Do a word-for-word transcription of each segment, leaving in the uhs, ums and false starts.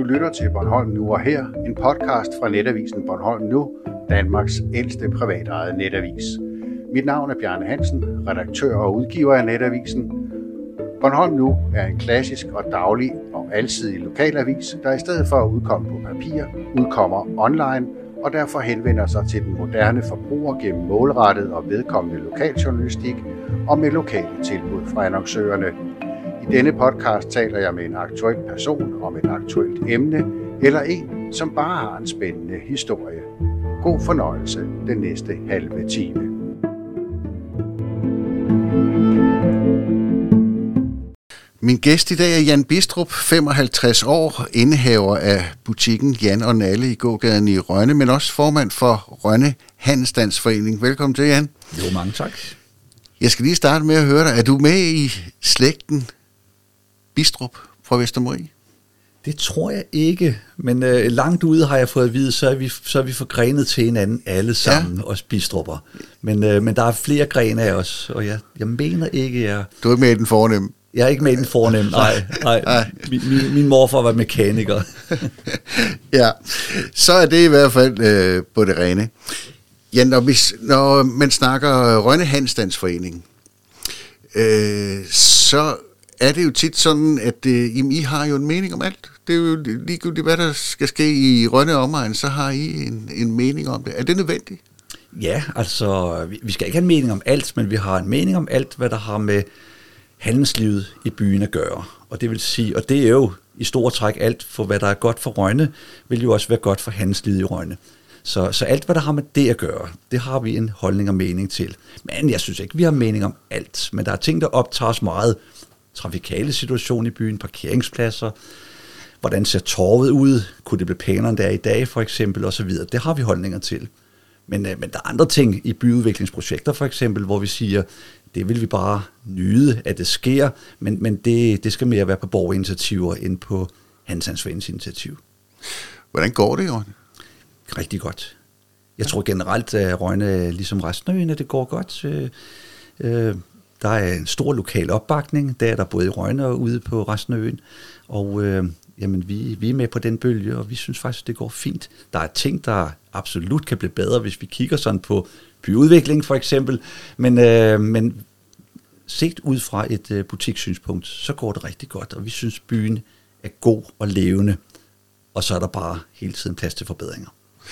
lytter til Bornholm Nu og Her, en podcast fra netavisen Bornholm Nu, Danmarks ældste privatejede netavis. Mit navn er Bjarne Hansen, redaktør og udgiver af netavisen. Bornholm Nu er en klassisk og daglig og alsidig lokalavis, der i stedet for at udkomme på papir, udkommer online og derfor henvender sig til den moderne forbruger gennem målrettet og vedkommende lokaljournalistik og med lokale tilbud fra annoncørerne. I denne podcast taler jeg med en aktuel person om et aktuelt emne, eller en, som bare har en spændende historie. God fornøjelse den næste halve time. Min gæst i dag er Jan Bidstrup, femoghalvtreds år, indehaver af butikken Jan og Nalle i gågaden i Rønne, men også formand for Rønne Handelsstandsforening. Velkommen til, Jan. Jo, mange tak. Jeg skal lige starte med at høre dig. Er du med i slægten Bidstrup fra Vestermarie? Det tror jeg ikke, men øh, langt ude har jeg fået at vide, så er vi, så er vi forgrenet til hinanden alle sammen, ja. Os Bidstrupper. Men, øh, men der er flere grene af os, og jeg, jeg mener ikke, jeg... Du er ikke med i den fornemme? Jeg er ikke med i den fornemme, nej. nej. nej. Min, min, min morfar var mekaniker. Ja, så er det i hvert fald øh, på det rene. Ja, når, vi, når man snakker Rønne Handelsstandsforening, øh, så er det jo tit sådan, at øh, I har jo en mening om alt. Det er jo ligegyldigt, hvad der skal ske i Rønne omegn, så har I en, en mening om det. Er det nødvendigt? Ja, altså, vi skal ikke have en mening om alt, men vi har en mening om alt, hvad der har med handelslivet i byen at gøre. Og det vil sige, og det er jo i store træk alt for, hvad der er godt for Rønne, vil jo også være godt for handelslivet i Rønne. Så, så alt, hvad der har med det at gøre, det har vi en holdning og mening til. Men jeg synes ikke, vi har mening om alt. Men der er ting, der optager os meget. Trafikale situation i byen, parkeringspladser, hvordan ser torvet ud, kunne det blive pænere end det er i dag for eksempel, og så videre. Det har vi holdninger til. Men, men der er andre ting i byudviklingsprojekter for eksempel, hvor vi siger, det vil vi bare nyde, at det sker, men, men det, det skal mere være på borgerinitiativer end på Handelsstandsforeningens initiativ. Hvordan går det i Rønne? Rigtig godt. Jeg tror generelt, at Rønne, ligesom resten af øen, at det går godt. Øh, der er en stor lokal opbakning, der er der både i Rønne og ude på resten af øen, og øh, jamen, vi, vi er med på den bølge, og vi synes faktisk, det går fint. Der er ting, der absolut kan blive bedre, hvis vi kigger sådan på byudvikling for eksempel, men, øh, men set ud fra et øh, butikssynspunkt, så går det rigtig godt, og vi synes, byen er god og levende, og så er der bare hele tiden plads til forbedringer.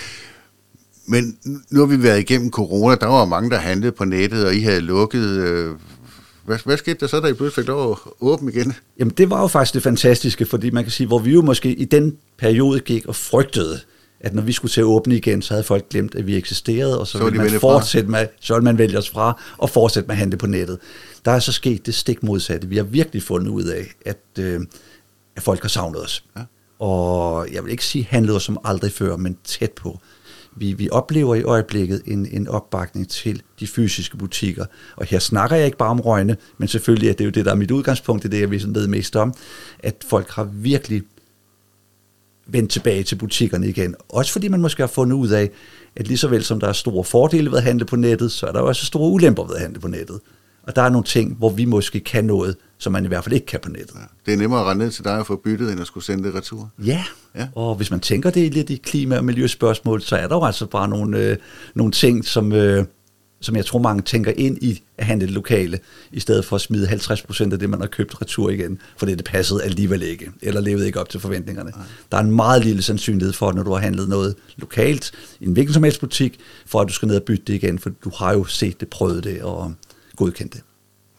Men nu har vi været igennem corona, der var mange, der handlede på nettet, og I havde lukket. Hvad, hvad skete der så, da I pludselig fik lov at åbne igen? Jamen det var jo faktisk det fantastiske, fordi man kan sige, hvor vi jo måske i den periode gik og frygtede, at når vi skulle til at åbne igen, så havde folk glemt, at vi eksisterede, og så, så ville man fortsætte med, så ville man vælge os fra, og fortsætte med at handle på nettet. Der er så sket det stik modsatte. Vi har virkelig fundet ud af, at, øh, at folk har savnet os. Ja. Og jeg vil ikke sige handlet os som aldrig før, men tæt på. Vi, vi oplever i øjeblikket en, en opbakning til de fysiske butikker. Og her snakker jeg ikke bare om Rønne, men selvfølgelig er det jo det, der er mit udgangspunkt, det er det, jeg ved mest om, at folk har virkelig vendt tilbage til butikkerne igen. Også fordi man måske har fundet ud af, at lige så vel som der er store fordele ved at handle på nettet, så er der også store ulemper ved at handle på nettet. Og der er nogle ting, hvor vi måske kan noget, som man i hvert fald ikke kan på nettet. Ja, det er nemmere at rende ned til dig og få byttet, end at skulle sende det retur. Ja, ja. Og hvis man tænker det lidt i klima- og miljøspørgsmål, så er der jo altså bare nogle, øh, nogle ting, som, øh, som jeg tror mange tænker ind i at handle det lokale, i stedet for at smide halvtreds procent af det, man har købt retur igen, for det passede alligevel ikke, eller levede ikke op til forventningerne. Nej. Der er en meget lille sandsynlighed for, når du har handlet noget lokalt i en hvilken som helst butik, for at du skal ned og bytte det igen, for du har jo set det, prøvet det og godkendt det.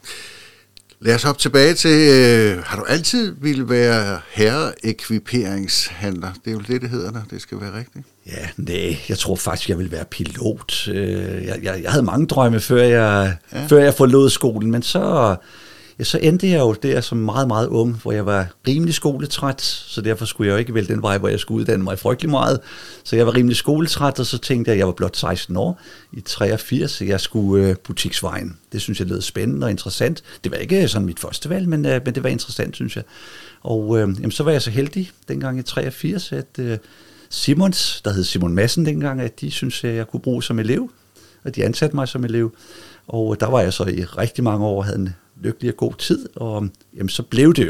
Lad os hoppe tilbage til, øh, har du altid ville være herreekviperingshandler? Det er jo det, det hedder der. Det skal være rigtigt. Ja, nej, jeg tror faktisk, jeg ville være pilot. Jeg, jeg, jeg havde mange drømme, før jeg, ja. før jeg forlod skolen, men så, ja, så endte jeg jo der som meget, meget ung, hvor jeg var rimelig skoletræt, så derfor skulle jeg jo ikke vælge den vej, hvor jeg skulle uddanne mig frygtelig meget. Så jeg var rimelig skoletræt, og så tænkte jeg, at jeg var blot seksten år i treogfirs, så jeg skulle øh, butiksvejen. Det synes jeg lød spændende og interessant. Det var ikke sådan mit første valg, men, øh, men det var interessant, synes jeg. Og øh, jamen, så var jeg så heldig dengang i treogfirs, at øh, Simons, der hed Simon Madsen dengang, at de synes jeg, jeg kunne bruge som elev, og de ansatte mig som elev. Og der var jeg så i rigtig mange år, havde en lykkelig og god tid, og jamen, så blev det jo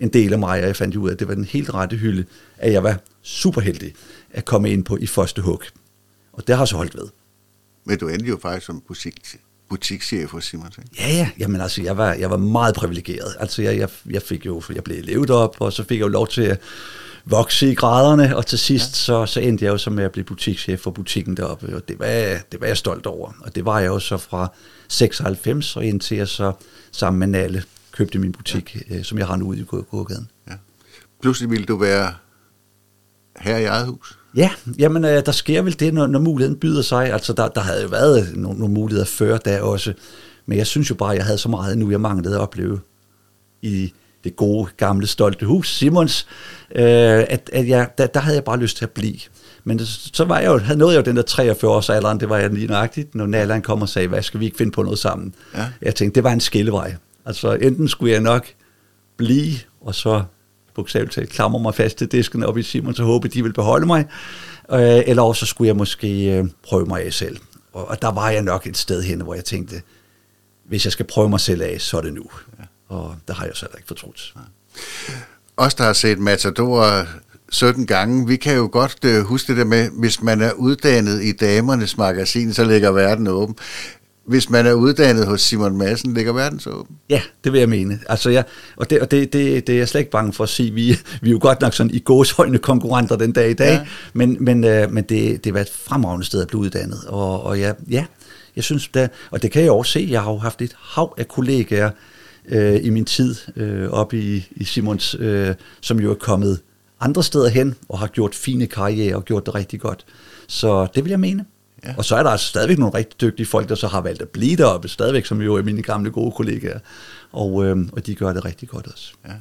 en del af mig, og jeg fandt ud af, at det var den helt rette hylde, at jeg var super heldig at komme ind på i første hug. Og det har så holdt ved. Men du endte jo faktisk som butik, butikschef hos Simons, ikke? Ja, ja. Jamen altså, jeg var, jeg var meget privilegeret. Altså, jeg, jeg, jeg fik jo, jeg blev levet op, og så fik jeg jo lov til at vokse i graderne, og til sidst, ja. så, så endte jeg jo så med at blive butikschef for butikken deroppe, og det var, det var jeg stolt over. Og det var jeg jo så fra seksoghalvfems, og indtil jeg så sammen med Nalle købte min butik, ja. øh, som jeg har nu ude i gågaden. Ja. Pludselig ville du være her i eget hus? Ja, jamen øh, der sker vel det, når, når muligheden byder sig. Altså der, der havde jo været nogle, nogle muligheder før der også, men jeg synes jo bare, at jeg havde så meget nu, jeg manglede at opleve i det gode, gamle, stolte hus, Simons, øh, at, at jeg, der, der havde jeg bare lyst til at blive. Men det, så var jeg jo, havde nået jeg jo den der treogfyrre års alderen, det var jeg lige nøjagtigt, når Nalland kom og sagde, hvad skal vi ikke finde på noget sammen? Ja. Jeg tænkte, det var en skillevej. Altså enten skulle jeg nok blive, og så bogstaveligt talt klamre mig fast til disken op i Simons og håbe, de ville beholde mig, øh, eller også så skulle jeg måske øh, prøve mig af selv. Og, og der var jeg nok et sted hen, hvor jeg tænkte, hvis jeg skal prøve mig selv af, så er det nu. Ja. Og der har jeg så ikke fortrudt. Ja. Os, der har set Matador sytten gange, vi kan jo godt øh, huske det der med, hvis man er uddannet i Damernes Magasin, så ligger verden åben. Hvis man er uddannet hos Simon Madsen, ligger verden så åben? Ja, det vil jeg mene. Altså, ja, og det, og det, det, det er jeg slet ikke bange for at sige. Vi, vi er jo godt nok sådan i gåshøjne konkurrenter den dag i dag, ja. men, men, øh, men det, det var et fremragende sted at blive uddannet. Og, og ja, ja, jeg synes, det, og det kan jeg også se. Jeg har jo haft et hav af kollegaer øh, i min tid øh, oppe i, i Simons, øh, som jo er kommet andre steder hen og har gjort fine karrierer og gjort det rigtig godt. Så det vil jeg mene. Ja. Og så er der altså stadigvæk nogle rigtig dygtige folk, der så har valgt at blive deroppe, stadigvæk, som jo er mine gamle gode kollegaer, og, øh, og de gør det rigtig godt også. Ja.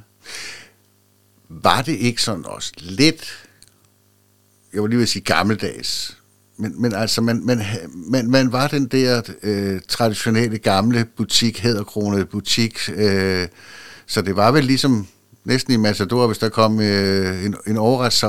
Var det ikke sådan også lidt, jeg vil lige vil sige gammeldags, men, men altså, man, man, man, man var den der øh, traditionelle gamle butik, hæderkronede butik, øh, så det var vel ligesom næsten i Matador, hvis der kom øh, en, en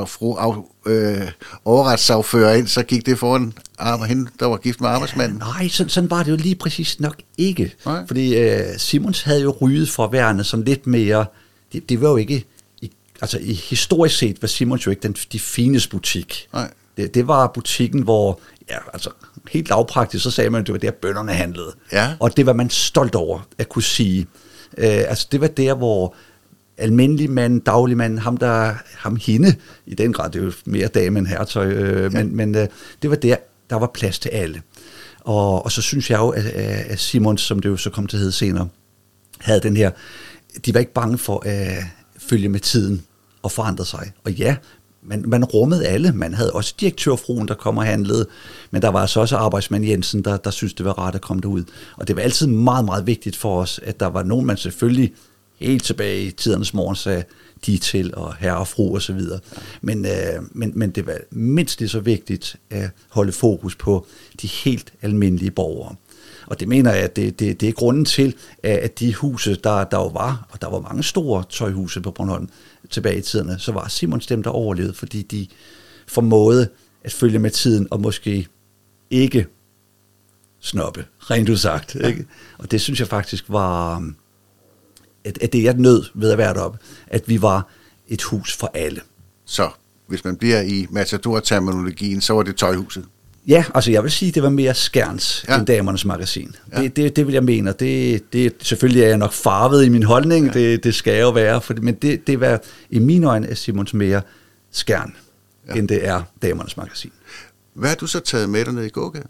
overretssagfører øh, ind, så gik det foran hende, der var gift med arbejdsmanden. Ja, nej, sådan, sådan var det jo lige præcis nok ikke. Nej. Fordi øh, Simons havde jo ryget for værende sådan lidt mere, det, det var jo ikke, i, altså i historisk set var Simons jo ikke den, de fineste butik. Nej. Det, det var butikken, hvor, ja, altså helt lavpraktisk, så sagde man, at det var der bønderne handlede. Ja. Og det var man stolt over at kunne sige. Øh, altså det var der, hvor almindelig mand, daglig mand, ham der, ham hende, i den grad, det er jo mere dame end herretøj, øh, ja. men, men øh, det var der, der var plads til alle. Og, og så synes jeg jo, at, at Simons, som det jo så kom til at hedde senere, havde den her, de var ikke bange for at følge med tiden og forandre sig. Og ja, man, man rummede alle, man havde også direktørfruen, der kom og handlede, men der var altså også arbejdsmand Jensen, der, der syntes, det var rart at komme derud. Og det var altid meget, meget vigtigt for os, at der var nogen, man selvfølgelig helt tilbage i tidernes morgen sagde de til, og herre og fru og så videre. Ja. Men, øh, men, men det var mindst lige så vigtigt at holde fokus på de helt almindelige borgere. Og det mener jeg, at det, det, det er grunden til, at de huse, der, der jo var, og der var mange store tøjhuse på Bornholm tilbage i tiderne, så var Simons dem, der overlevede, fordi de formåede at følge med tiden, og måske ikke snobbe, rent udsagt. Ja. Ikke? Og det synes jeg faktisk var, at, at det jeg nød ved at være deroppe, at vi var et hus for alle. Så hvis man bliver i Matador-terminologien, så var det tøjhuset? Ja, altså jeg vil sige, det var mere Skjerns ja. end Damernes Magasin. Ja. Det, det, det vil jeg mene, og det, det, selvfølgelig er jeg nok farvet i min holdning, ja. det, det skal jo være, for, men det, det var i mine øjne af Simons mere Skjern, ja. end det er Damernes Magasin. Hvad har du så taget med dig ned i gågaden?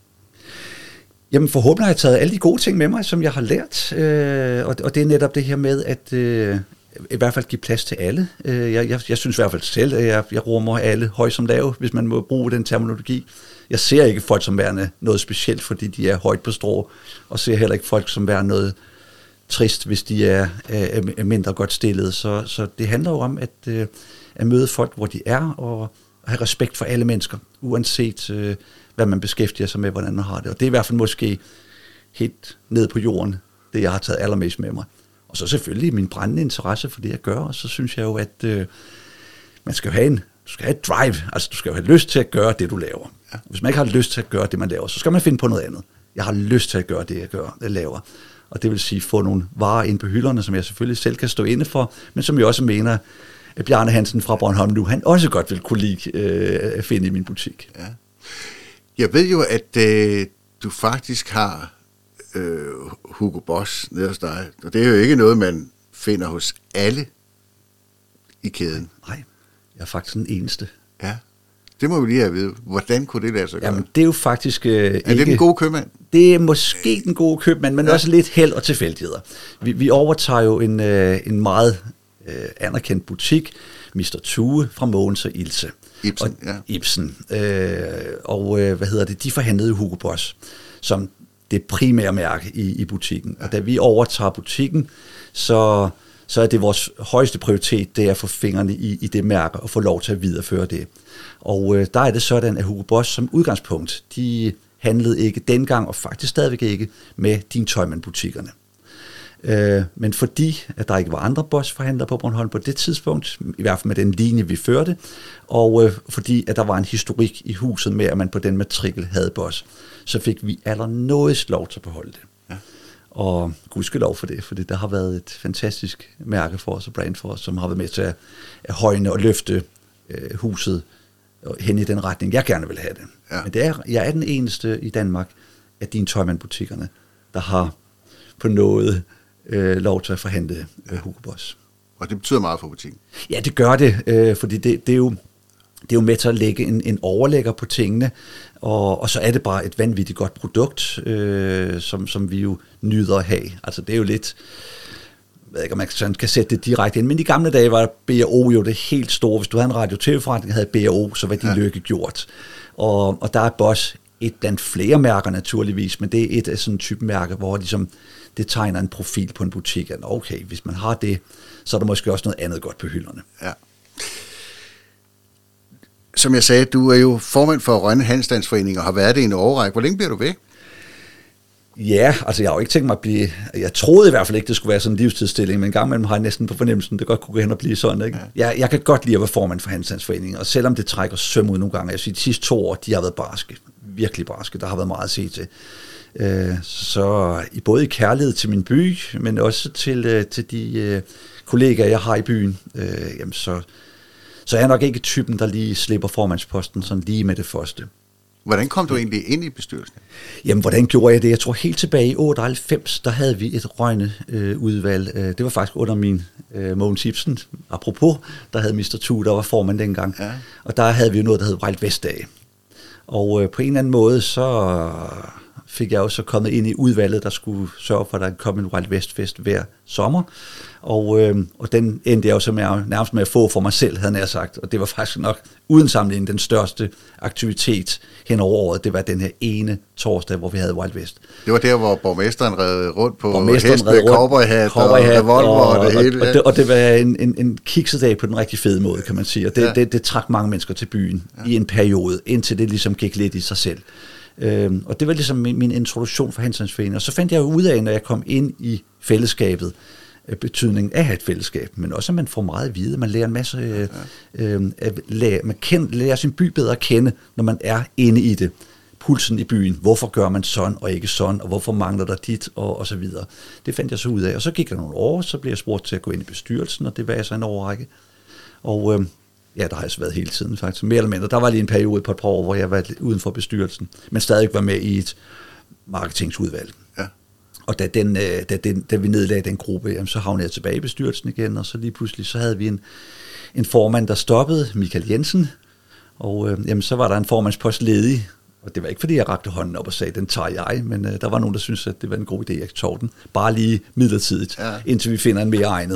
Jamen forhåbentlig har jeg taget alle de gode ting med mig, som jeg har lært, øh, og, og det er netop det her med, at øh, i hvert fald give plads til alle. Øh, jeg, jeg, jeg synes i hvert fald selv, at jeg, jeg rummer alle høj som lave, hvis man må bruge den terminologi. Jeg ser ikke folk som værende noget specielt, fordi de er højt på strå, og ser heller ikke folk som værende noget trist, hvis de er, er, er mindre godt stillet. Så, så det handler jo om at, øh, at møde folk, hvor de er, og have respekt for alle mennesker, uanset øh, hvad man beskæftiger sig med, hvordan man har det. Og det er i hvert fald måske helt ned på jorden, det jeg har taget allermest med mig. Og så selvfølgelig min brændende interesse for det, jeg gør, og så synes jeg jo, at øh, man skal have en, du skal have et drive, altså du skal jo have lyst til at gøre det, du laver. Hvis man ikke har lyst til at gøre det, man laver, så skal man finde på noget andet. Jeg har lyst til at gøre det, jeg gør, jeg laver. og det vil sige få nogle varer ind på hylderne, som jeg selvfølgelig selv kan stå inde for, men som jeg også mener, at Bjarne Hansen fra Bornholm nu, han også godt vil kunne lide øh, at finde i min butik. Ja. Jeg ved jo, at øh, du faktisk har øh, Hugo Boss nede hos dig, og det er jo ikke noget, man finder hos alle i kæden. Nej, jeg er faktisk den eneste. Ja, det må vi lige have at vide. Hvordan kunne det lade sig gøre? Jamen, det er jo faktisk øh, ikke... Er det den gode købmand? Det er måske den gode købmand, men ja. også lidt held og tilfældigheder. Vi, vi overtager jo en, øh, en meget øh, anerkendt butik, mister Tue fra Mogens og Ilse. Ibsen, og, ja. Ibsen. Øh, og øh, hvad hedder det? De forhandlede Hugo Boss som det primære mærke i, i butikken. Ja. Og da vi overtager butikken, så... så er det vores højeste prioritet, det er at få fingrene i, i det mærke og få lov til at videreføre det. Og øh, der er det sådan, at Hugo Boss som udgangspunkt, de handlede ikke dengang, og faktisk stadigvæk ikke, med Din Tøjmand-butikkerne. Øh, men fordi, at der ikke var andre Boss-forhandlere på Bornholm på det tidspunkt, i hvert fald med den linje, vi førte, og øh, fordi, at der var en historik i huset med, at man på den matrikel havde Boss, så fik vi allernådigst lov til at beholde det. Ja. Og gudskelov for det, for det der har været et fantastisk mærke for os og brand for os, som har været med til at, at højne og løfte øh, huset hen i den retning, jeg gerne vil have det. Ja. Men det er, jeg er den eneste i Danmark af Din Tøjmand-butikkerne, der har på noget øh, lov til at forhandle øh, Hugo Boss. Og det betyder meget for butikken? Ja, det gør det, øh, fordi det, det er jo Det er jo med til at lægge en, en overlægger på tingene, og, og så er det bare et vanvittigt godt produkt, øh, som, som vi jo nyder at have. Altså det er jo lidt, jeg ved ikke om man sådan kan sætte det direkte ind, men i gamle dage var B og O jo det helt store. Hvis du havde en radio-tv-forretning, der havde B og O, så var de ja. lykke gjort. Og, og der er Boss et blandt flere mærker naturligvis, men det er et af sådan en type mærke, hvor ligesom, det tegner en profil på en butik. Okay, hvis man har det, så er der måske også noget andet godt på hylderne. Ja. Som jeg sagde, du er jo formand for Rønne Handelsstandsforening og har været det i en årrække. Hvor længe bliver du ved? Ja, altså jeg har jo ikke tænkt mig at blive... Jeg troede i hvert fald ikke, det skulle være sådan en livstidsstilling, men en gang imellem har jeg næsten på fornemmelsen, det godt kunne gå hen og blive sådan. Ikke? Ja. Jeg, jeg kan godt lide at være formand for Handelsstandsforeningen, og selvom det trækker søm ud nogle gange, jeg siger, de sidste to år, de har været barske. Virkelig barske. Der har været meget at se til. Så både i kærlighed til min by, men også til, til de kollegaer, jeg har i byen, jamen så... Så jeg er nok ikke typen, der lige slipper formandsposten sådan lige med det første. Hvordan kom du egentlig ind i bestyrelsen? Jamen, hvordan gjorde jeg det? Jeg tror helt tilbage i otteoghalvfems, der havde vi et Rønne-udvalg. Øh, det var faktisk under min øh, Mogens Ibsen, apropos, der havde mister Tue, der var formand dengang. Ja. Og der havde vi jo noget, der hed Wild West-dage. Og øh, på en eller anden måde, så fik jeg også kommet ind i udvalget, der skulle sørge for, at der kom en Wild West-fest hver sommer. Og, øh, og den endte jeg jo så med, nærmest med at få for mig selv, havde jeg sagt. Og det var faktisk nok uden sammenligning den største aktivitet hen over året. Det var den her ene torsdag, hvor vi havde Wild West. Det var der, hvor borgmesteren red rundt på hest med cowboyhat og revolver og, og det hele. Og, og, det, og det var en, en, en kiksedag på den rigtig fede måde, kan man sige. Og det, ja. det, det, det trak mange mennesker til byen ja. i en periode, indtil det ligesom gik lidt i sig selv. Øhm, og det var ligesom min, min introduktion for Handelsstandsforeningen. Og så fandt jeg jo ud af, når jeg kom ind i fællesskabet, betydningen af at have et fællesskab, men også at man får meget at vide. Man lærer en masse, øh, øh, at lære, man kend, lærer sin by bedre at kende, når man er inde i det. Pulsen i byen. Hvorfor gør man sådan og ikke sådan, og hvorfor mangler der dit, og, og så videre. Det fandt jeg så ud af, og så gik der nogle år, så blev jeg spurgt til at gå ind i bestyrelsen, og det var jeg så en årrække. Og øh, ja, der har jeg så været hele tiden faktisk, mere eller mindre. Der var lige en periode på et par år, hvor jeg var uden for bestyrelsen, men stadig var med i et marketingsudvalg. Ja. Og da, den, da, den, da vi nedlagde den gruppe, jamen, så havnede jeg tilbage i bestyrelsen igen, og så lige pludselig så havde vi en, en formand, der stoppede, Michael Jensen, og øh, jamen, så var der en formandspost ledig, og det var ikke fordi, jeg rakte hånden op og sagde, den tager jeg, men øh, der var nogen, der syntes, at det var en god idé, jeg tog den, bare lige midlertidigt, ja. indtil vi finder en mere egnet.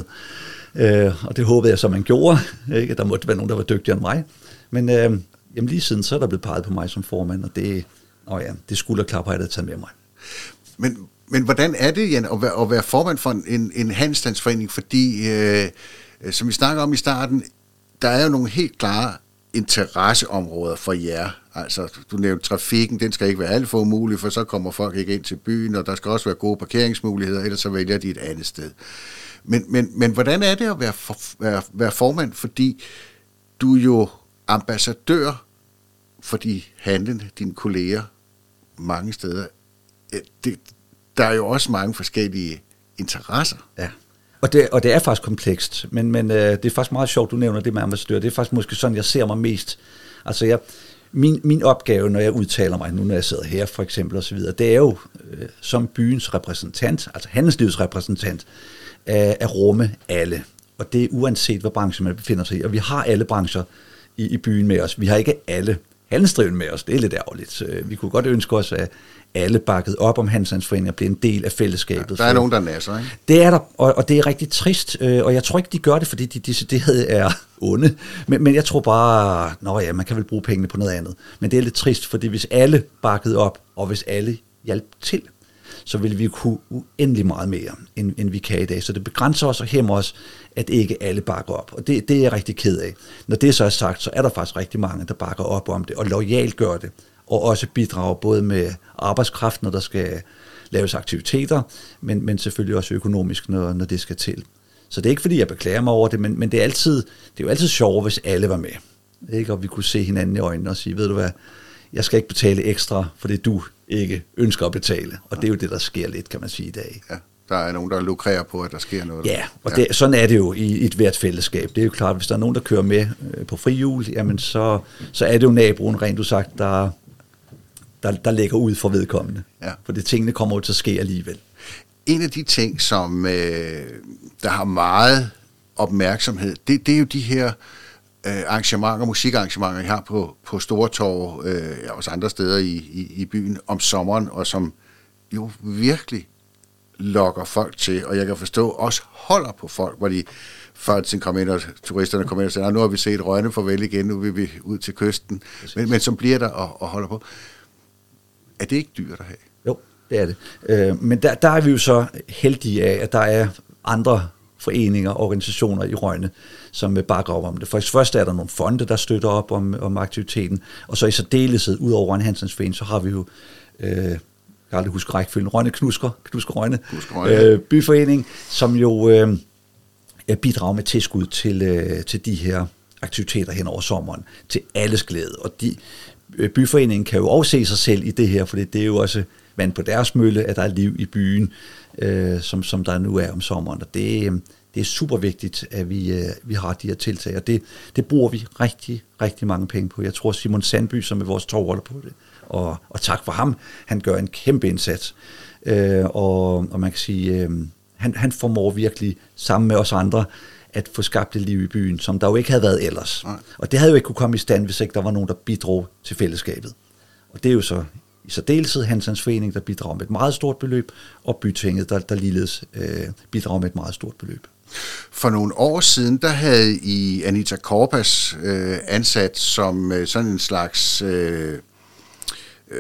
Øh, og det håbede jeg så, man gjorde, ikke? Der måtte være nogen, der var dygtigere end mig, men øh, jamen, lige siden, så er der blevet peget på mig som formand, og det, åh ja, det skulderklap har jeg da taget med mig. Men Men hvordan er det, Jan, at være, at være formand for en, en handelsstandsforening? Fordi, øh, som vi snakker om i starten, der er jo nogle helt klare interesseområder for jer. Altså, du nævnte trafikken, den skal ikke være alt for umulig, for så kommer folk ikke ind til byen, og der skal også være gode parkeringsmuligheder, ellers så vælger de et andet sted. Men, men, men hvordan er det at være, for, være, være formand? Fordi du er jo ambassadør for de handlende, dine kolleger, mange steder. Det, der er jo også mange forskellige interesser. Ja. Og det, og det er faktisk komplekst, men, men øh, det er faktisk meget sjovt, du nævner det med ambassadør. Det er faktisk måske sådan, jeg ser mig mest. Altså, jeg, min, min opgave, når jeg udtaler mig, nu når jeg sidder her for eksempel osv., det er jo øh, som byens repræsentant, altså handelslivets repræsentant, øh, at rumme alle. Og det er uanset, hvad branche man befinder sig i. Og vi har alle brancher i, i byen med os. Vi har ikke alle handelsdrivende med os. Det er lidt ærgerligt. Vi kunne godt ønske os, at alle bakket op om Handelsstandsforeningen og blev en del af fællesskabet. Ja, der er nogen, der nasser, ikke? Det er der, og, og det er rigtig trist, og jeg tror ikke, de gør det, fordi de decideret er onde, men, men jeg tror bare, nå ja, man kan vel bruge pengene på noget andet. Men det er lidt trist, fordi hvis alle bakkede op, og hvis alle hjalp til, så ville vi kunne uendelig meget mere, end, end vi kan i dag. Så det begrænser os og hæmmer os, at ikke alle bakker op. Og det, det er jeg rigtig ked af. Når det så er sagt, så er der faktisk rigtig mange, der bakker op om det, og loyalt gør det, og også bidrager både med arbejdskraft, når der skal laves aktiviteter, men, men selvfølgelig også økonomisk, når, når det skal til. Så det er ikke, fordi jeg beklager mig over det, men, men det, er altid, det er jo altid sjovere, hvis alle var med. Ikke? Og vi kunne se hinanden i øjnene og sige, ved du hvad, jeg skal ikke betale ekstra, for det du ikke ønsker at betale. Og det er jo det, der sker lidt, kan man sige i dag. Ja, der er nogen, der lukrerer på, at der sker noget. Ja, og det, sådan er det jo i et hvert fællesskab. Det er jo klart, hvis der er nogen, der kører med på frihjul, jamen så, så er det jo naboen, rent usagt, der, der, der lægger ud for vedkommende. Ja. For det tingene kommer jo til at ske alligevel. En af de ting, som øh, der har meget opmærksomhed, det, det er jo de her arrangementer, musikarrangementer, jeg har på, på Stortorv, øh, og også andre steder i, i, i byen om sommeren, og som jo virkelig lokker folk til, og jeg kan forstå, også holder på folk, hvor de før kommer ind, og turisterne kommer ind og siger, nu har vi set Rønne farvel igen, nu vil vi ud til kysten, men, men som bliver der og, og holder på. Er det ikke dyrt at have? Jo, det er det. Øh, men der, der er vi jo så heldige af, at der er andre foreninger og organisationer i Rønne, som bakker op om det. For først er der nogle fonde, der støtter op om, om aktiviteten, og så i særdeleshed, ud over en Handelsstandsforening, så har vi jo, øh, jeg kan aldrig huske rækkefølgen, Rønne Knusker, Knusker Rønne, øh, byforening, som jo øh, bidrager med tilskud til, øh, til de her aktiviteter hen over sommeren, til alles glæde. Og de, øh, byforeningen kan jo også se sig selv i det her, for det er jo også vand på deres mølle, at der er liv i byen, øh, som, som der nu er om sommeren. Og det, det er super vigtigt, at vi, øh, vi har de her tiltag, og det, det bruger vi rigtig, rigtig mange penge på. Jeg tror, Simon Sandby, som er vores tovholder på det, og, og tak for ham, han gør en kæmpe indsats. Øh, og, og man kan sige, øh, han, han formår virkelig sammen med os andre, at få skabt et liv i byen, som der jo ikke havde været ellers. Nej. Og det havde jo ikke kunne komme i stand, hvis ikke der var nogen, der bidrog til fællesskabet. Og det er jo så i særdeleshed Handelsstandsforeningen, der bidrager med et meget stort beløb, og Bytinget, der, der ligeledes øh, bidrager med et meget stort beløb. For nogle år siden, der havde I Anita Korpas øh, ansat som øh, sådan en slags øh, øh,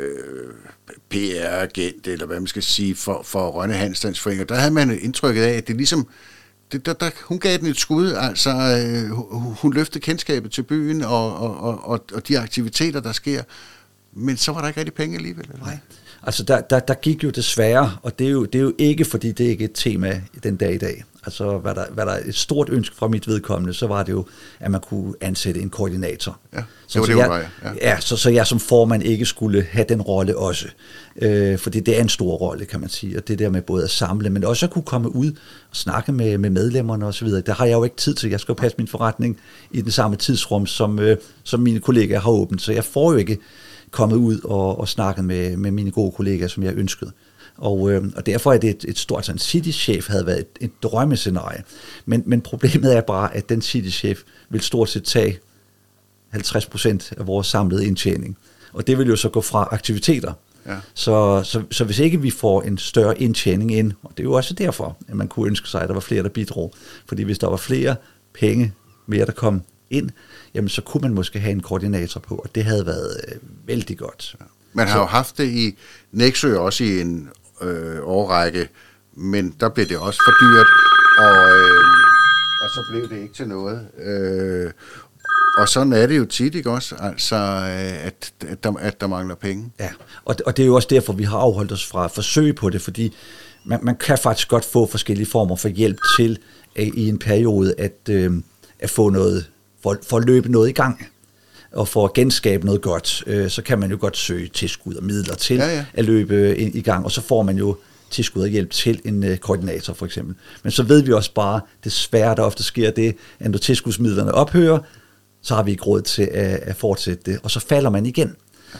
P R-agent, eller hvad man skal sige, for, for Rønne Handelsstandsforening. Og der havde man indtrykket af, at det ligesom, det, der, der, hun gav den et skud, altså øh, hun løftede kendskabet til byen og, og, og, og de aktiviteter, der sker. Men så var der ikke rigtig penge alligevel. Eller? Nej, altså der, der, der gik jo desværre, og det er jo, det er jo ikke, fordi det er ikke et tema den dag i dag. Altså var der, var der et stort ønske fra mit vedkommende, så var det jo, at man kunne ansætte en koordinator. Ja, det så, var så det, jeg, var jeg. Ja, ja så, så jeg som formand ikke skulle have den rolle også. Øh, fordi det er en stor rolle, kan man sige. Og det der med både at samle, men også at kunne komme ud og snakke med, med medlemmerne osv. Der har jeg jo ikke tid til. Jeg skal jo passe min forretning i den samme tidsrum, som, øh, som mine kollegaer har åbent. Så jeg får jo ikke kommet ud og, og snakket med, med mine gode kollegaer, som jeg ønskede. Og, øh, og derfor er det et, et stort, sådan citychef havde været et, et drømmescenarie. Men, men problemet er bare, at den citychef vil stort set tage halvtreds procent af vores samlede indtjening. Og det vil jo så gå fra aktiviteter. Ja. Så, så, så hvis ikke vi får en større indtjening ind, og det er jo også derfor, at man kunne ønske sig, at der var flere, der bidrog. Fordi hvis der var flere penge, mere der kom ind, jamen så kunne man måske have en koordinator på, og det havde været øh, vældig godt. Ja. Man har så jo haft det i Nexø også i en øh, årrække, men der blev det også for dyrt, og, øh, og så blev det ikke til noget. Øh, og sådan er det jo tit, ikke også? Altså, at, at, der, at der mangler penge. Ja, og, og det er jo også derfor, vi har afholdt os fra forsøg på det, fordi man, man kan faktisk godt få forskellige former for hjælp til at, i en periode at, øh, at få noget, for, for at løbe noget i gang, og for at genskabe noget godt, øh, så kan man jo godt søge tilskud og midler til ja, ja. at løbe ind i gang, og så får man jo tilskud og hjælp til en øh, koordinator for eksempel. Men så ved vi også bare, desværre der ofte sker det, at når tilskudsmidlerne ophører, så har vi ikke råd til at, at fortsætte det, og så falder man igen.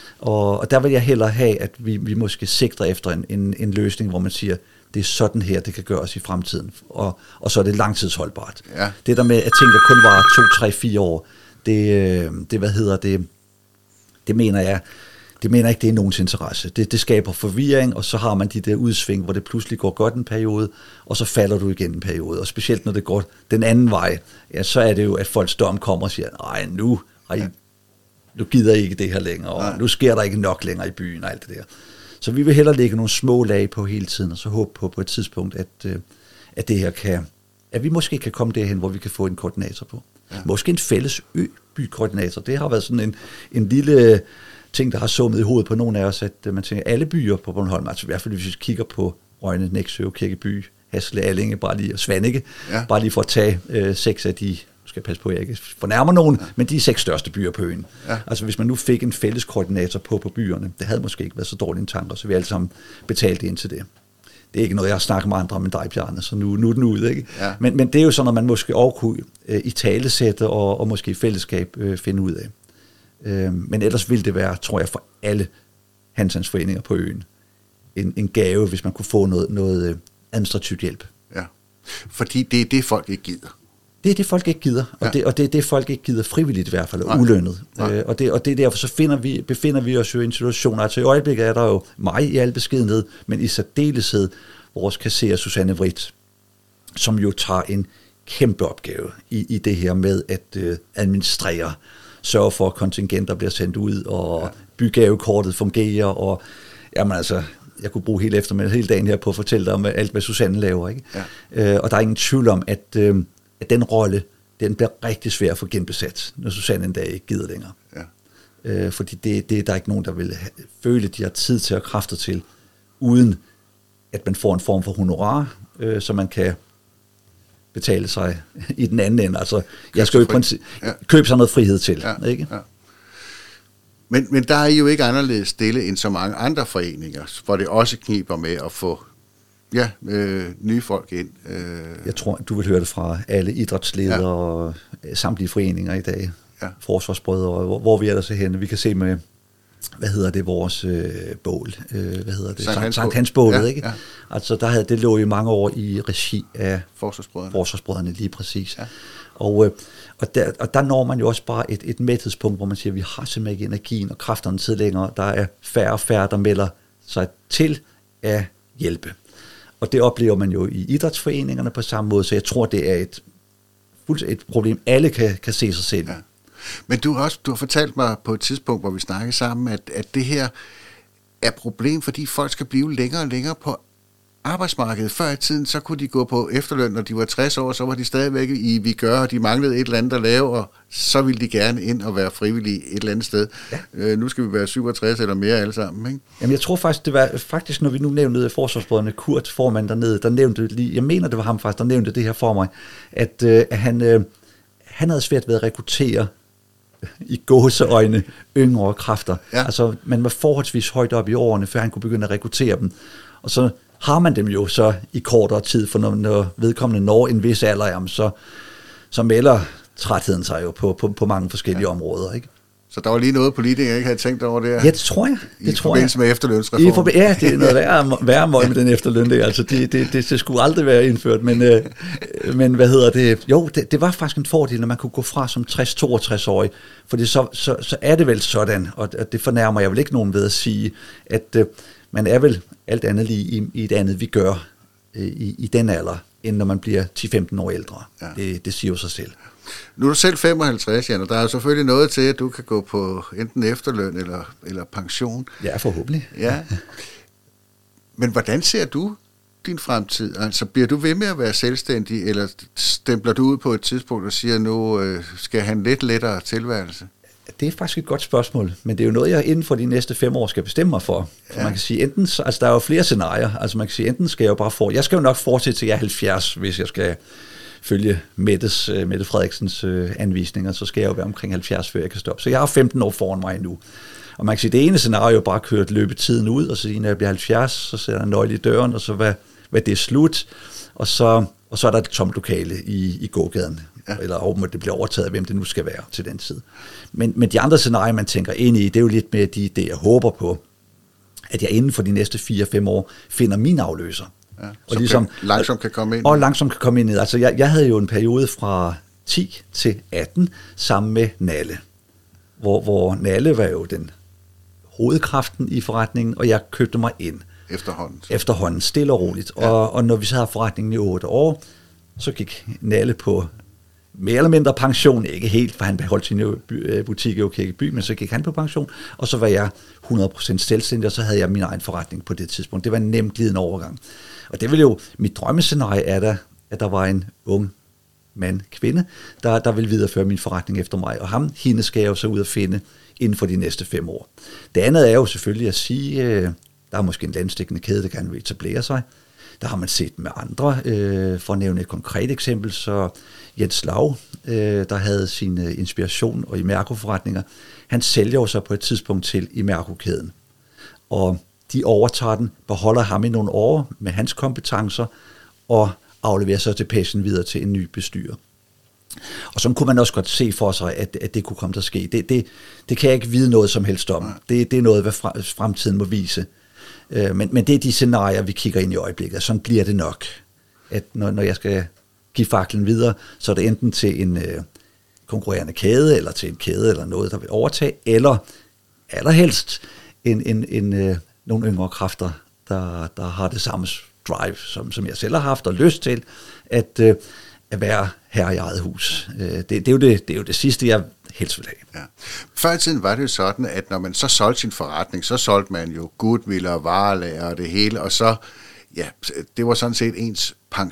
Og, og der vil jeg hellere have, at vi, vi måske sigter efter en, en, en løsning, hvor man siger, det er sådan her, det kan gøres i fremtiden, og, og så er det langtidsholdbart. Ja. Det der med, at ting, der kun varer to, tre, fire år, det, det hvad hedder det, det mener jeg, det mener jeg ikke, det er nogens interesse. Det, det skaber forvirring, og så har man de der udsving, hvor det pludselig går godt en periode, og så falder du igen en periode. Og specielt når det går den anden vej, ja, så er det jo, at folk storm kommer og siger, nej, nu, ej, nu gider I ikke det her længere, og nej. Nu sker der ikke nok længere i byen og alt det der. Så vi vil hellere lægge nogle små lag på hele tiden, og så håbe på på et tidspunkt, at, at det her kan, at vi måske kan komme derhen, hvor vi kan få en koordinator på. Ja. Måske en fælles ø-by-koordinator. Det har været sådan en, en lille ting, der har summet i hovedet på nogle af os, at man tænker, alle byer på Bornholm, altså i hvert fald hvis vi kigger på Rønne, Nexø, Kirkeby, Hasle, Allinge, bare lige, og Svaneke, ja. Bare lige for at tage øh, seks af de, skal jeg passe på, at jeg ikke fornærmer nogen, ja. Men de seks største byer på øen. Ja. Altså hvis man nu fik en fælles koordinator på på byerne, det havde måske ikke været så dårlige tanker, så vi alle sammen betalte ind til det. Det er ikke noget, jeg har snakket med andre om end dig, Bjarne, så nu, nu er den ude, ikke? Ja. Men, men det er jo sådan, at man måske også kunne øh, i talesætte og, og måske i fællesskab øh, finde ud af. Øh, men ellers ville det være, tror jeg, for alle handelsforeninger på øen, en, en gave, hvis man kunne få noget, noget øh, administrativt hjælp. Ja, fordi det er det, folk ikke gider. Det er det, folk ikke gider, og, ja. det, og det er det, folk ikke gider frivilligt i hvert fald, og ulønnet. Øh, og, det, og det er derfor, så finder vi, befinder vi os jo i en situation, altså i øjeblikket er der jo mig i al beskedenhed, men i særdeleshed vores kasserer Susanne Vridt, som jo tager en kæmpe opgave i, i det her med at øh, administrere, sørge for, at kontingenter bliver sendt ud, og ja. Bygavekortet fungerer, og jamen altså, jeg kunne bruge hele eftermiddagen, hele dagen her på at fortælle dig om alt, hvad Susanne laver, ikke? Ja. Øh, og der er ingen tvivl om, at øh, at den rolle, den bliver rigtig svær at få genbesat, når Susanne en dag ikke gider længere. Ja. Øh, fordi det, det er der ikke nogen, der vil have, føle, at de har tid til at kræfter til, uden at man får en form for honorar, øh, så man kan betale sig i den anden ende. Altså, køb jeg skal jo i princip ja. købe sig noget frihed til. Ja. Ikke? Ja. Men, men der er jo ikke anderledes stille end så mange andre foreninger, hvor det også kniber med at få Ja, øh, nye folk ind. Øh. Jeg tror, du vil høre det fra alle idrætsledere ja. Og samtlige foreninger i dag. Ja. Forsvarsbrødre, hvor, hvor vi er der så henne. Vi kan se med, hvad hedder det, vores øh, bål. Øh, hvad hedder det? Sankt, Sankt Hans bålet, ja, ikke? Ja. Altså, der havde, det lå i mange år i regi af Forsvarsbrødrene. Forsvarsbrødrene, lige præcis. Ja. Og, øh, og, der, og der når man jo også bare et, et mæthedspunkt, hvor man siger, at vi har simpelthen ikke energien og kræfterne til længere. Der er færre og færre, der melder sig til at hjælpe. Og det oplever man jo i idrætsforeningerne på samme måde, så jeg tror, det er et, et problem, alle kan, kan se sig selv. Ja. Men du har også du har fortalt mig på et tidspunkt, hvor vi snakkede sammen, at, at det her er problem, fordi folk skal blive længere og længere på arbejdsmarkedet. Før i tiden, så kunne de gå på efterløn, når de var tres år, så var de stadigvæk i vi gør, og de manglede et eller andet at lave, og så ville de gerne ind og være frivillige et eller andet sted. Ja. Øh, nu skal vi være syvogtres eller mere alle sammen, ikke? Jamen jeg tror faktisk, det var faktisk, når vi nu nævnte Forsvarsbrødrene, Kurt, formand dernede, der nævnte lige, jeg mener, det var ham faktisk, der nævnte det her for mig, at, øh, at han, øh, han havde svært ved at rekruttere i gåseøjne yngre kræfter. Ja. Altså man var forholdsvis højt op i årene, før han kunne begynde at rekruttere dem. Og så har man dem jo så i kortere tid, for når, når vedkommende når en vis alder, jamen, så, så melder trætheden sig jo på, på, på mange forskellige ja. områder, ikke? Så der var lige noget, politikere ikke havde tænkt over det her? Ja, det tror jeg. Det I tror forbindelse jeg. med efterlønsreformen? I forbi- ja, det er noget værre, værre møg med den efterløn. Det, altså, det, det, det, det skulle aldrig være indført, men, øh, men hvad hedder det? Jo, det, det var faktisk en fordel, når man kunne gå fra som tres til toogtres-årig, fordi så, så, så er det vel sådan, og det fornærmer jeg vel ikke nogen ved at sige, at øh, man er vel alt andet lige i, i et andet, vi gør øh, i, i den alder, end når man bliver ti til femten år ældre. Ja. Det, det siger jo sig selv. Nu er du selv femoghalvtreds, Jan, og der er jo selvfølgelig noget til, at du kan gå på enten efterløn eller, eller pension. Ja, forhåbentlig. Ja. Men hvordan ser du din fremtid? Altså, bliver du ved med at være selvstændig, eller stempler du ud på et tidspunkt og siger, nu øh, skal jeg have en lidt lettere tilværelse? Det er faktisk et godt spørgsmål, men det er jo noget, jeg inden for de næste fem år skal bestemme mig for. For ja. Man kan sige, enten, altså der er jo flere scenarier, altså man kan sige, enten skal jeg jo bare for, jeg skal jo nok fortsætte til jeg er halvfjerds, hvis jeg skal følge Mettes, uh, Mette Frederiksens uh, anvisninger, så skal jeg jo være omkring halvfjerds, før jeg kan stoppe. Så jeg har femten år foran mig nu. Og man kan sige, det ene scenario er bare kørt løbetiden ud, og så når jeg bliver halvfjerds, så sætter jeg en nøgle i døren, og så hvad, hvad det er slut, og så, og så er der et tomt lokale i, i gågaden, ja. Eller og det bliver overtaget af, hvem det nu skal være til den tid. Men, men de andre scenarier, man tænker ind i, det er jo lidt med de, det, jeg håber på, at jeg inden for de næste fire fem år finder min afløser. Ja, og ligesom, kan, langsomt kan komme ind. Og langsomt kan komme ind. Altså, jeg, jeg havde jo en periode fra ti til atten sammen med Nalle, hvor, hvor Nalle var jo den hovedkraften i forretningen, og jeg købte mig ind. Efterhånden. Efterhånden, stille og roligt. Ja. Og, og når vi så havde forretningen i otte år, så gik Nalle på mere eller mindre pension, ikke helt, for han beholdt sin butik i Aakirkeby, men så gik han på pension, og så var jeg hundrede procent selvstændig, og så havde jeg min egen forretning på det tidspunkt. Det var en nemt glidende overgang. Og det ville jo, mit drømmescenarie er der, at der var en ung mand, kvinde, der, der ville videreføre min forretning efter mig, og ham, hende skal jeg jo så ud og finde inden for de næste fem år. Det andet er jo selvfølgelig at sige, øh, der er måske en landstækkende kæde, der gerne vil etablere sig. Der har man set med andre. Øh, for at nævne et konkret eksempel, så Jens Lau, øh, der havde sin øh, inspiration og Imerco-forretninger, han sælger jo så på et tidspunkt til Imerco-kæden. Og de overtager den, beholder ham i nogle år med hans kompetencer, og afleverer så til passion videre til en ny bestyrer. Og så kunne man også godt se for sig, at, at det kunne komme til at ske. Det, det, det kan jeg ikke vide noget som helst om. Det, det er noget, hvad fremtiden må vise. Men, men det er de scenarier, vi kigger ind i øjeblikket. Sådan bliver det nok. At når, når jeg skal give faklen videre, så er det enten til en øh, konkurrerende kæde, eller til en kæde, eller noget, der vil overtage, eller allerhelst en, en, en, øh, nogle yngre kræfter, der, der har det samme drive, som, som jeg selv har haft og lyst til, at, øh, at være herre i eget hus. Øh, det, det, er jo det, det er jo det sidste, jeg helst vil have. Ja. Før i tiden var det jo sådan, at når man så solgte sin forretning, så solgte man jo goodwill og varelager og det hele, og så, ja, det var sådan set ens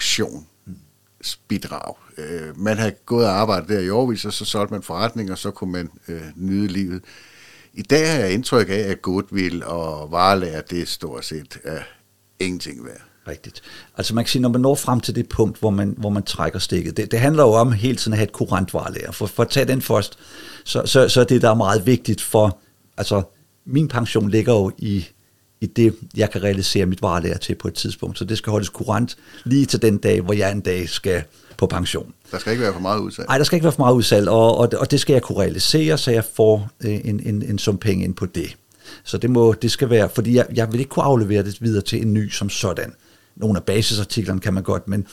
pensionsbidrag. Øh, man havde gået og arbejdet der i årevis, og så solgte man forretning, og så kunne man øh, nyde livet. I dag har jeg indtryk af, at goodwill og varelager, det er stort set øh, ingenting værd. Rigtigt. Altså man kan sige, når man når frem til det punkt, hvor man, hvor man trækker stikket, det, det handler jo om hele tiden at have et kurant varelager. For, for at tage den først, så, så, så er det, der er meget vigtigt for, altså min pension ligger jo i, i det, jeg kan realisere mit varelager til på et tidspunkt. Så det skal holdes kurant lige til den dag, hvor jeg en dag skal på pension. Der skal ikke være for meget udsalg? Nej, der skal ikke være for meget udsalg, og, og, og det skal jeg kunne realisere, så jeg får en, en, en sum penge ind på det. Så det, må, det skal være, fordi jeg, jeg vil ikke kunne aflevere det videre til en ny som sådan. Nogle af basisartiklerne kan man godt, men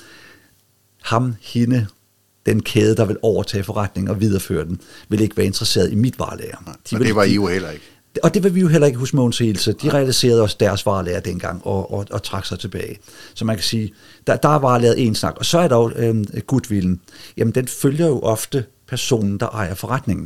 ham, hende, den kæde, der vil overtage forretningen og videreføre den, vil ikke være interesseret i mit varelager. De og vil, det var I jo heller ikke. Og det var vi jo heller ikke hos Mogens Else. De realiserede også deres varelager dengang og, og, og trak sig tilbage. Så man kan sige, der, der er varelaget en snak. Og så er der jo øh, goodwillen. Jamen, den følger jo ofte personen, der ejer forretningen.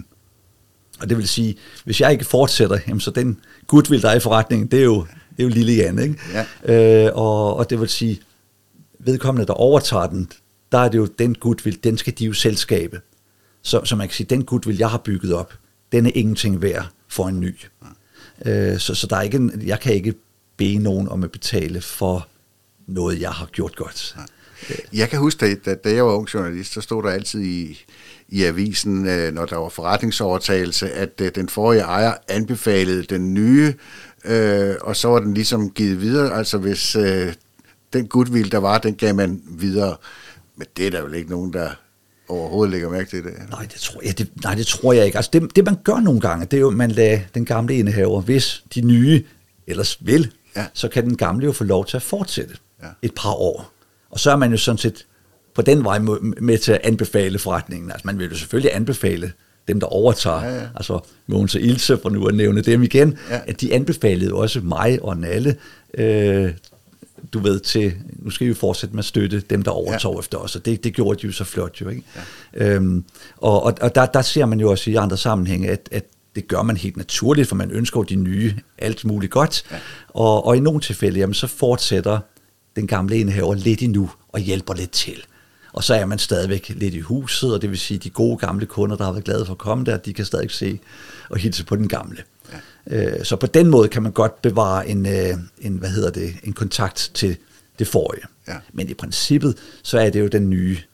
Og det vil sige, hvis jeg ikke fortsætter, jamen, så den goodwill, der er i forretningen, det er jo, det er jo lille Jan, ikke? Ja. Øh, og, og det vil sige, vedkommende, der overtager den, der er det jo den goodwill, den skal de jo selv skabe. Så, så man kan sige, den goodwill, jeg har bygget op, den er ingenting værd for en ny. Ja. Øh, så, så der er ikke en, jeg kan ikke bede nogen om at betale for noget, jeg har gjort godt. Ja. Jeg kan huske, da, da jeg var ung journalist, så stod der altid i, i avisen, når der var forretningsovertagelse, at den forrige ejer anbefalede den nye, øh, og så var den ligesom givet videre. Altså hvis øh, den goodwill, der var, den gav man videre. Men det er der vel ikke nogen, der overhovedet lægger mærke til det? Nej, det tror jeg, det, nej, det tror jeg ikke. Altså det, det, man gør nogle gange, det er jo, man lader den gamle indehaver, hvis de nye ellers vil, ja. Så kan den gamle jo få lov til at fortsætte ja. et par år. Og så er man jo sådan set på den vej med til at anbefale forretningen. Altså man vil jo selvfølgelig anbefale dem, der overtager, ja, ja. altså Mogens og Ilse, for nu at nævne dem igen, ja. at de anbefalede også mig og Nalle, øh, du ved, til, nu skal vi fortsætte med at støtte dem, der overtog ja. efter os, og det, det gjorde de jo så flot jo, ikke? Ja. Øhm, og og, og der, der ser man jo også i andre sammenhænge, at, at det gør man helt naturligt, for man ønsker jo de nye alt muligt godt, ja. og, og i nogle tilfælde, jamen, så fortsætter den gamle indehaver lidt endnu, og hjælper lidt til. Og så er man stadigvæk lidt i huset, og det vil sige, de gode gamle kunder, der har været glade for at komme der, de kan stadig se og hilse på den gamle. Ja. Så på den måde kan man godt bevare en, en, hvad hedder det, en kontakt til det forrige. Ja. Men i princippet, så er det jo den nye,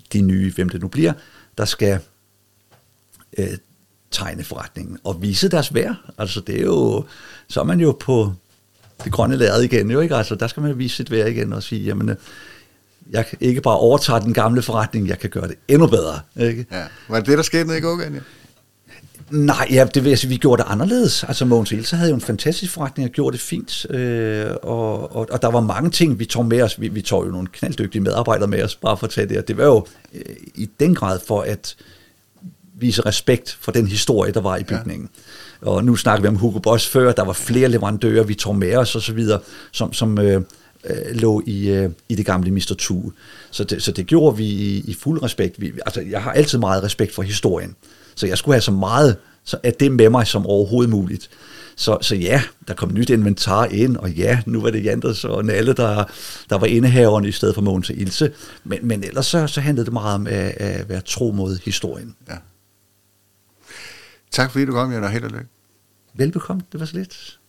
de nye, hvem det nu bliver, der skal øh, tegne forretningen og vise deres værd. Altså det er jo, så er man jo på det grønne lærred igen, jo ikke? Altså der skal man vise sit værd igen og sige, jamen, jeg kan ikke bare overtage den gamle forretning, jeg kan gøre det endnu bedre. Ikke? Ja. Var det det, der skete nede i gågaden? Nej, ja, det vil jeg sige, vi gjorde det anderledes. Altså Mogens Ilse havde jo en fantastisk forretning og gjorde det fint, øh, og, og, og der var mange ting, vi tog med os. Vi, vi tog jo nogle knalddygtige medarbejdere med os, bare for at tage det, og det var jo øh, i den grad for at vise respekt for den historie, der var i bygningen. Ja. Og nu snakker vi om Hugo Boss før, der var flere leverandører, vi tog med os og så videre, som, som øh, øh, lå i, øh, i det gamle mister Tue. Så det, så det gjorde vi i, i fuld respekt. Vi, altså, jeg har altid meget respekt for historien, så jeg skulle have så meget af det med mig som overhovedet muligt. Så, så ja, der kom nyt inventar ind, og ja, nu var det Janders og Nalle, der, der var indehaverne i stedet for Mogens og Ilse. Men, men ellers så, så handlede det meget om at, at være tro mod historien. Ja. Tak fordi du kom, Jan, og held og lykke. Velbekomme, det var så lidt.